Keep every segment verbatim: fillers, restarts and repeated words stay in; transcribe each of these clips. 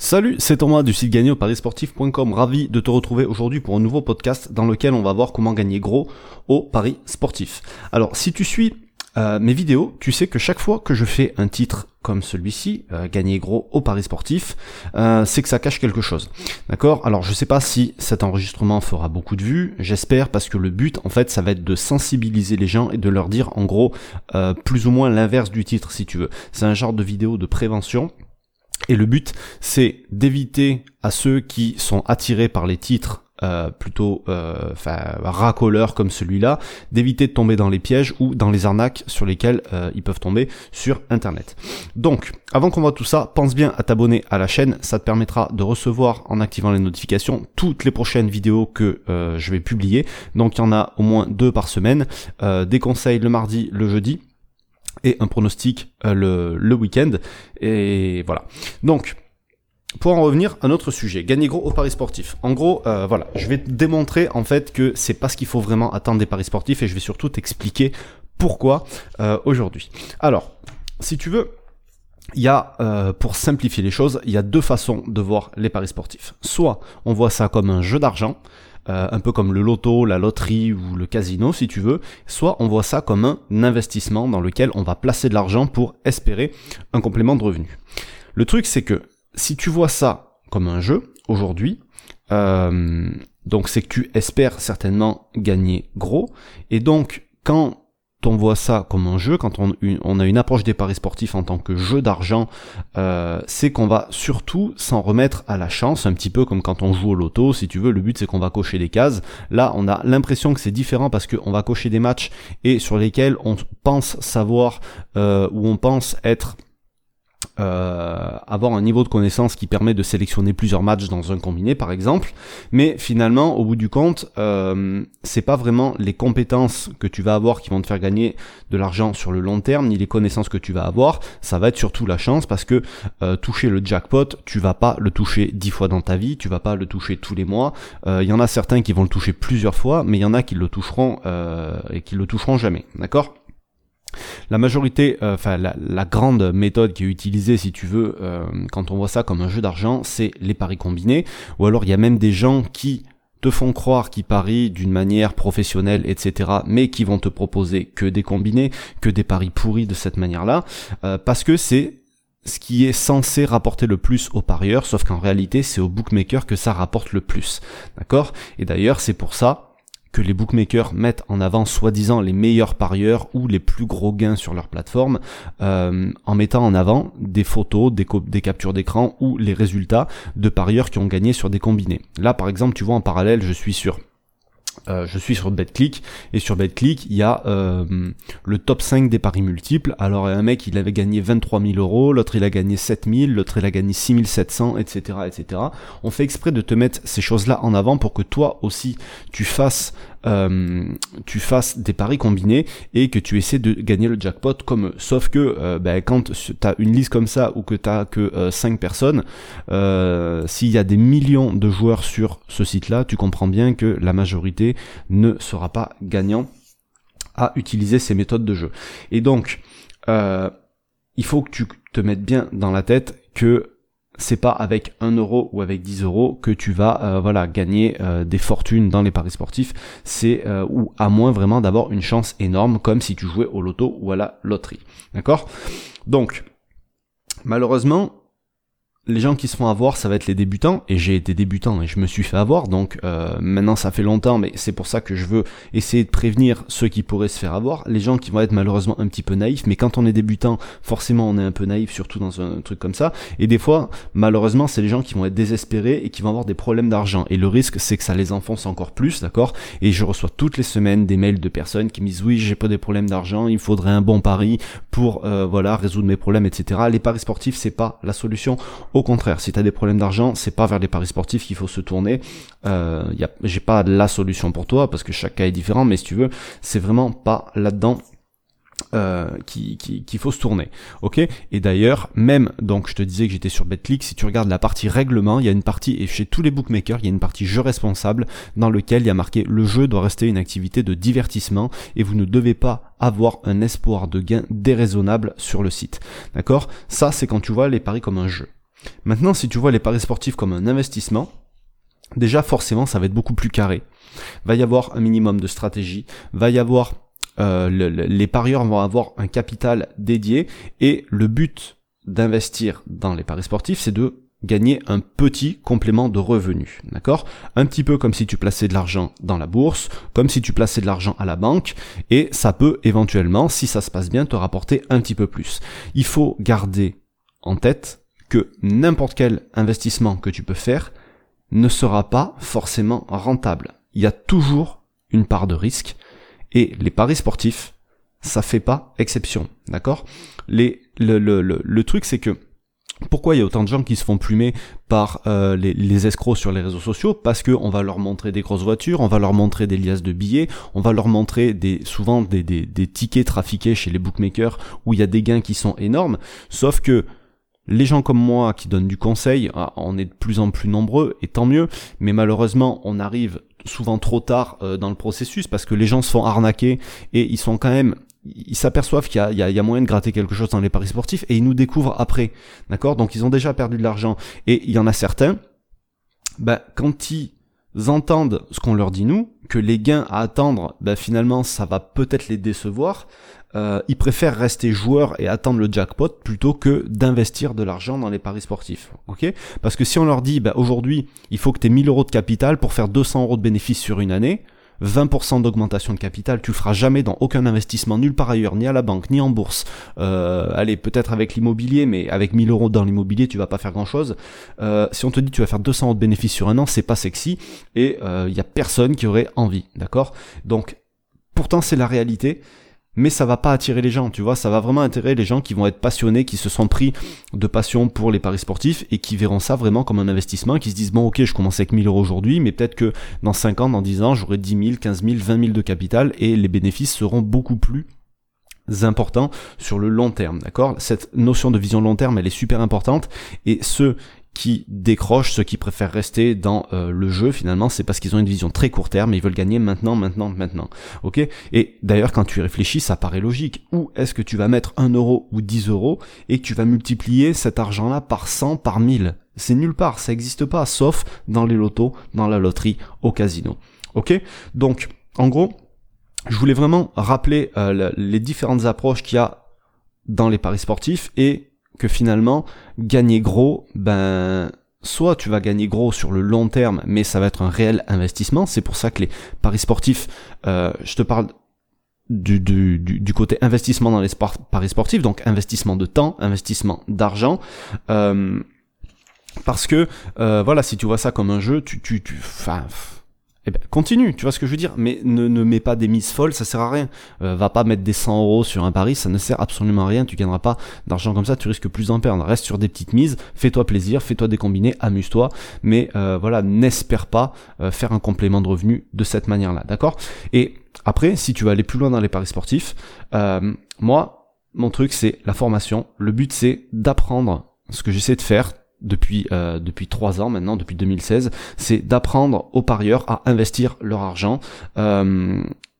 Salut, c'est Thomas du site gagner au paris sportif point com. Ravi de te retrouver aujourd'hui pour un nouveau podcast dans lequel on va voir comment gagner gros au paris sportif. Alors, si tu suis euh, mes vidéos, tu sais que chaque fois que je fais un titre comme celui-ci, euh, gagner gros au paris sportif, euh, c'est que ça cache quelque chose. D'accord ? Alors, je sais pas si cet enregistrement fera beaucoup de vues, j'espère, parce que le but, en fait, ça va être de sensibiliser les gens et de leur dire, en gros, euh, plus ou moins l'inverse du titre, si tu veux. C'est un genre de vidéo de prévention. Et le but, c'est d'éviter à ceux qui sont attirés par les titres euh, plutôt euh, enfin, racoleurs comme celui-là, d'éviter de tomber dans les pièges ou dans les arnaques sur lesquelles euh, ils peuvent tomber sur Internet. Donc, avant qu'on voit tout ça, pense bien à t'abonner à la chaîne, ça te permettra de recevoir en activant les notifications toutes les prochaines vidéos que euh, je vais publier. Donc, il y en a au moins deux par semaine, euh, des conseils le mardi, le jeudi, et un pronostic euh, le, le week-end, et voilà. Donc, pour en revenir à notre sujet, gagner gros au paris sportif. En gros, euh, voilà, je vais te démontrer en fait que c'est pas ce qu'il faut vraiment attendre des paris sportifs, et je vais surtout t'expliquer pourquoi euh, aujourd'hui. Alors, si tu veux, il y a, euh, pour simplifier les choses, il y a deux façons de voir les paris sportifs. Soit on voit ça comme un jeu d'argent, Euh, un peu comme le loto, la loterie ou le casino si tu veux, soit on voit ça comme un investissement dans lequel on va placer de l'argent pour espérer un complément de revenu. Le truc c'est que si tu vois ça comme un jeu aujourd'hui, euh, donc c'est que tu espères certainement gagner gros, et donc quand on voit ça comme un jeu, quand on, une, on a une approche des paris sportifs en tant que jeu d'argent, euh, c'est qu'on va surtout s'en remettre à la chance, un petit peu comme quand on joue au loto, si tu veux, le but c'est qu'on va cocher des cases. Là, on a l'impression que c'est différent parce qu'on va cocher des matchs et sur lesquels on pense savoir, euh, ou on pense être... Euh, avoir un niveau de connaissance qui permet de sélectionner plusieurs matchs dans un combiné par exemple, mais finalement au bout du compte euh, c'est pas vraiment les compétences que tu vas avoir qui vont te faire gagner de l'argent sur le long terme, ni les connaissances que tu vas avoir, ça va être surtout la chance, parce que euh, toucher le jackpot, tu vas pas le toucher dix fois dans ta vie, tu vas pas le toucher tous les mois, il euh, y en a certains qui vont le toucher plusieurs fois, mais il y en a qui le toucheront euh, et qui le toucheront jamais, d'accord ? La majorité, enfin euh, la, la grande méthode qui est utilisée, si tu veux, euh, quand on voit ça comme un jeu d'argent, c'est les paris combinés. Ou alors il y a même des gens qui te font croire qu'ils parient d'une manière professionnelle, et cetera, mais qui vont te proposer que des combinés, que des paris pourris de cette manière-là, euh, parce que c'est ce qui est censé rapporter le plus aux parieurs, sauf qu'en réalité, c'est aux bookmakers que ça rapporte le plus. D'accord ? Et d'ailleurs, c'est pour ça que les bookmakers mettent en avant soi-disant les meilleurs parieurs ou les plus gros gains sur leur plateforme, euh, en mettant en avant des photos, des, co- des captures d'écran ou les résultats de parieurs qui ont gagné sur des combinés. Là par exemple, tu vois, en parallèle, je suis sur Euh, je suis sur BetClick, et sur BetClick il y a euh, le top cinq des paris multiples. Alors un mec il avait gagné vingt-trois mille euros, l'autre il a gagné sept mille, l'autre il a gagné six mille sept cents, etc, etc. On fait exprès de te mettre ces choses là en avant pour que toi aussi tu fasses euh, tu fasses des paris combinés et que tu essaies de gagner le jackpot comme eux. Sauf que euh, ben, quand t'as une liste comme ça ou que t'as que euh, cinq personnes, euh, s'il y a des millions de joueurs sur ce site là, tu comprends bien que la majorité ne sera pas gagnant à utiliser ces méthodes de jeu. Et donc, euh, il faut que tu te mettes bien dans la tête que c'est pas avec un euro ou avec dix euros que tu vas euh, voilà gagner euh, des fortunes dans les paris sportifs. C'est euh, ou à moins vraiment d'avoir une chance énorme, comme si tu jouais au loto ou à la loterie. D'accord ? Donc, malheureusement, les gens qui se font avoir, ça va être les débutants, et j'ai été débutant et je me suis fait avoir, donc euh, maintenant ça fait longtemps, mais c'est pour ça que je veux essayer de prévenir ceux qui pourraient se faire avoir, les gens qui vont être malheureusement un petit peu naïfs, mais quand on est débutant, forcément on est un peu naïf, surtout dans un truc comme ça, et des fois, malheureusement, c'est les gens qui vont être désespérés et qui vont avoir des problèmes d'argent, et le risque c'est que ça les enfonce encore plus, d'accord ? Et je reçois toutes les semaines des mails de personnes qui me disent oui, j'ai pas des problèmes d'argent, il me faudrait un bon pari pour euh, voilà résoudre mes problèmes, et cetera. Les paris sportifs, c'est pas la solution. Au contraire, si tu as des problèmes d'argent, c'est pas vers les paris sportifs qu'il faut se tourner. Euh, y a, j'ai pas la solution pour toi parce que chaque cas est différent, mais si tu veux, c'est vraiment pas là-dedans euh, qui, qui, qu'il faut se tourner. Ok ? Et d'ailleurs, même, donc je te disais que j'étais sur BetClick, si tu regardes la partie règlement, il y a une partie, et chez tous les bookmakers, il y a une partie jeu responsable dans lequel il y a marqué le jeu doit rester une activité de divertissement et vous ne devez pas avoir un espoir de gain déraisonnable sur le site. D'accord ? Ça, c'est quand tu vois les paris comme un jeu. Maintenant, si tu vois les paris sportifs comme un investissement, déjà forcément ça va être beaucoup plus carré. Va y avoir un minimum de stratégie, va y avoir euh, le, le, les parieurs vont avoir un capital dédié, et le but d'investir dans les paris sportifs, c'est de gagner un petit complément de revenus, d'accord ? Un petit peu comme si tu plaçais de l'argent dans la bourse, comme si tu plaçais de l'argent à la banque, et ça peut éventuellement, si ça se passe bien, te rapporter un petit peu plus. Il faut garder en tête que n'importe quel investissement que tu peux faire ne sera pas forcément rentable. Il y a toujours une part de risque, et les paris sportifs, ça fait pas exception, d'accord ? Les, le, le, le, le truc, c'est que pourquoi il y a autant de gens qui se font plumer par euh, les, les escrocs sur les réseaux sociaux ? Parce que on va leur montrer des grosses voitures, on va leur montrer des liasses de billets, on va leur montrer des souvent des, des, des tickets trafiqués chez les bookmakers où il y a des gains qui sont énormes. Sauf que les gens comme moi qui donnent du conseil, on est de plus en plus nombreux, et tant mieux, mais malheureusement on arrive souvent trop tard euh, dans le processus, parce que les gens se font arnaquer, et ils sont quand même... ils s'aperçoivent qu'il y a, il y, a, il y a moyen de gratter quelque chose dans les paris sportifs, et ils nous découvrent après, d'accord ? Donc ils ont déjà perdu de l'argent, et il y en a certains, ben, quand ils entendent ce qu'on leur dit nous, que les gains à attendre, ben, finalement ça va peut-être les décevoir, euh, ils préfèrent rester joueurs et attendre le jackpot plutôt que d'investir de l'argent dans les paris sportifs, ok ? Parce que si on leur dit, ben, aujourd'hui il faut que tu aies mille euros de capital pour faire deux cents euros de bénéfices sur une année, vingt pour cent d'augmentation de capital, tu le feras jamais dans aucun investissement, nulle part ailleurs, ni à la banque, ni en bourse. Euh, allez, peut-être avec l'immobilier, mais avec mille euros dans l'immobilier, tu vas pas faire grand-chose. Euh, si on te dit tu vas faire deux cents euros de bénéfices sur un an, c'est pas sexy, et il euh, y a personne qui aurait envie, d'accord ? Donc, pourtant c'est la réalité, mais ça va pas attirer les gens, tu vois, ça va vraiment attirer les gens qui vont être passionnés, qui se sont pris de passion pour les paris sportifs et qui verront ça vraiment comme un investissement, qui se disent bon ok, je commence avec mille euros aujourd'hui, mais peut-être que dans cinq ans, dans dix ans, j'aurai dix mille, quinze mille, vingt mille de capital, et les bénéfices seront beaucoup plus importants sur le long terme, d'accord ? Cette notion de vision long terme, elle est super importante, et ceux qui décrochent, ceux qui préfèrent rester dans euh, le jeu, finalement, c'est parce qu'ils ont une vision très court terme, et ils veulent gagner maintenant, maintenant, maintenant. Ok ? Et d'ailleurs, quand tu y réfléchis, ça paraît logique. Où est-ce que tu vas mettre un euro ou dix euros et que tu vas multiplier cet argent-là par cent, par mille ? C'est nulle part, ça n'existe pas, sauf dans les lotos, dans la loterie, au casino. Ok ? Donc, en gros, je voulais vraiment rappeler euh, les différentes approches qu'il y a dans les paris sportifs, et que finalement, gagner gros, ben, soit tu vas gagner gros sur le long terme, mais ça va être un réel investissement. C'est pour ça que les paris sportifs, euh, je te parle du, du, du, du côté investissement dans les sport, paris sportifs, donc investissement de temps, investissement d'argent, euh, parce que, euh, voilà, si tu vois ça comme un jeu, tu, tu, tu, enfin, eh ben, continue, tu vois ce que je veux dire, mais ne, ne mets pas des mises folles, ça sert à rien. Euh, va pas mettre des cent euros sur un pari, ça ne sert absolument à rien, tu gagneras pas d'argent comme ça, tu risques plus d'en perdre. Reste sur des petites mises, fais-toi plaisir, fais-toi des combinés, amuse-toi, mais euh, voilà, n'espère pas euh, faire un complément de revenu de cette manière-là, d'accord ? Et après, si tu veux aller plus loin dans les paris sportifs, euh, moi, mon truc c'est la formation. Le but c'est d'apprendre ce que j'essaie de faire depuis euh, depuis trois ans maintenant, depuis deux mille seize, c'est d'apprendre aux parieurs à investir leur argent euh,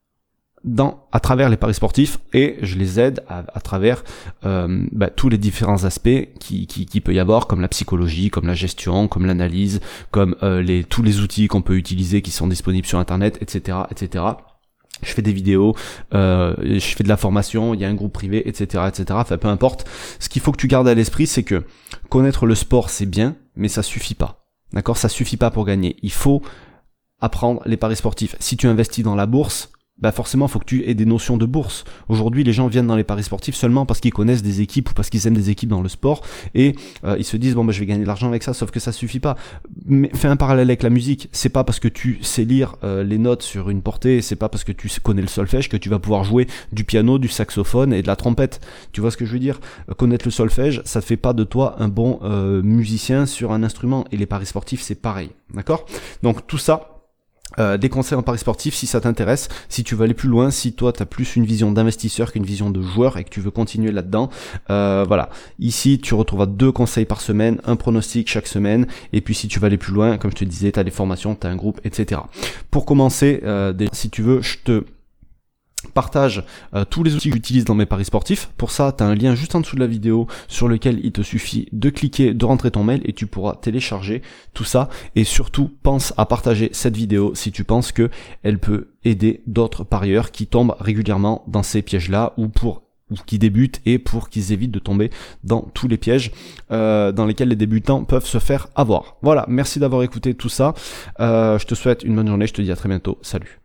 dans à travers les paris sportifs, et je les aide à, à travers euh, bah, tous les différents aspects qui, qui qui peut y avoir, comme la psychologie, comme la gestion, comme l'analyse, comme euh, les tous les outils qu'on peut utiliser qui sont disponibles sur internet, et cetera, et cetera. Je fais des vidéos, euh, je fais de la formation, il y a un groupe privé, et cetera, et cetera. Enfin, peu importe. Ce qu'il faut que tu gardes à l'esprit, c'est que connaître le sport, c'est bien, mais ça suffit pas. D'accord ? Ça suffit pas pour gagner. Il faut apprendre les paris sportifs. Si tu investis dans la bourse, bah forcément, faut que tu aies des notions de bourse. Aujourd'hui, les gens viennent dans les paris sportifs seulement parce qu'ils connaissent des équipes ou parce qu'ils aiment des équipes dans le sport, et euh, ils se disent bon bah je vais gagner de l'argent avec ça, sauf que ça suffit pas. Mais fais un parallèle avec la musique. C'est pas parce que tu sais lire euh, les notes sur une portée, c'est pas parce que tu connais le solfège que tu vas pouvoir jouer du piano, du saxophone et de la trompette. Tu vois ce que je veux dire ? Connaître le solfège, ça fait pas de toi un bon euh, musicien sur un instrument. Et les paris sportifs, c'est pareil. D'accord ? Donc tout ça. Euh, des conseils en paris sportifs si ça t'intéresse, si tu veux aller plus loin, si toi t'as plus une vision d'investisseur qu'une vision de joueur et que tu veux continuer là-dedans, euh, voilà. Ici tu retrouveras deux conseils par semaine, un pronostic chaque semaine, et puis si tu veux aller plus loin, comme je te disais, t'as des formations, t'as un groupe, et cetera. Pour commencer, euh, déjà, si tu veux, je te partage euh, tous les outils que j'utilise dans mes paris sportifs. Pour ça, tu as un lien juste en dessous de la vidéo sur lequel il te suffit de cliquer, de rentrer ton mail et tu pourras télécharger tout ça. Et surtout, pense à partager cette vidéo si tu penses que elle peut aider d'autres parieurs qui tombent régulièrement dans ces pièges-là ou pour ou qui débutent et pour qu'ils évitent de tomber dans tous les pièges euh, dans lesquels les débutants peuvent se faire avoir. Voilà, merci d'avoir écouté tout ça. Euh, je te souhaite une bonne journée, je te dis à très bientôt. Salut.